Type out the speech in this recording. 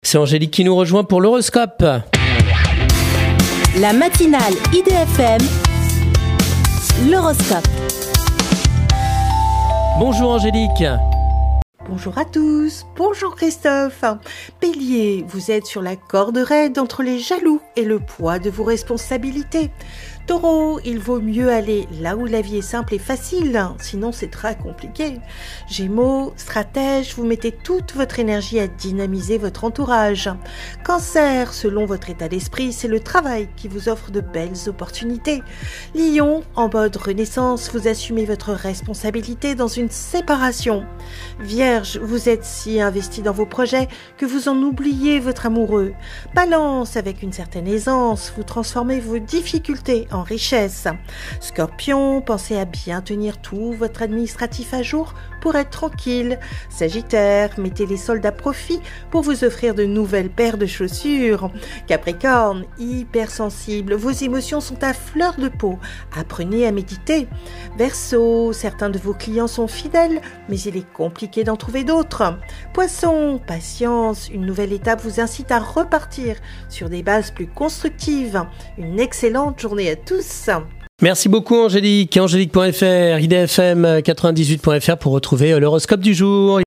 C'est Angélique qui nous rejoint pour l'horoscope. La matinale IDFM, l'horoscope. Bonjour Angélique. Bonjour à tous, bonjour Christophe. Bélier, vous êtes sur la corde raide entre les jaloux et le poids de vos responsabilités. Taureau, il vaut mieux aller là où la vie est simple et facile, sinon c'est très compliqué. Gémeaux, stratège, vous mettez toute votre énergie à dynamiser votre entourage. Cancer, selon votre état d'esprit, c'est le travail qui vous offre de belles opportunités. Lion, en mode renaissance, vous assumez votre responsabilité dans une séparation. Vierge, vous êtes si investi dans vos projets que vous en oubliez votre amoureux. Balance, avec une certaine aisance, vous transformez vos difficultés en richesse. Scorpion, pensez à bien tenir tout votre administratif à jour pour être tranquille. Sagittaire, mettez les soldes à profit pour vous offrir de nouvelles paires de chaussures. Capricorne, hypersensible, vos émotions sont à fleur de peau. Apprenez à méditer. Verseau, certains de vos clients sont fidèles, mais il est compliqué d'en trouver d'autres. Poisson, patience, une nouvelle étape vous incite à repartir sur des bases plus constructives. Une excellente journée à tous. Merci beaucoup Angélique. Angélique.fr, idfm98.fr pour retrouver l'horoscope du jour.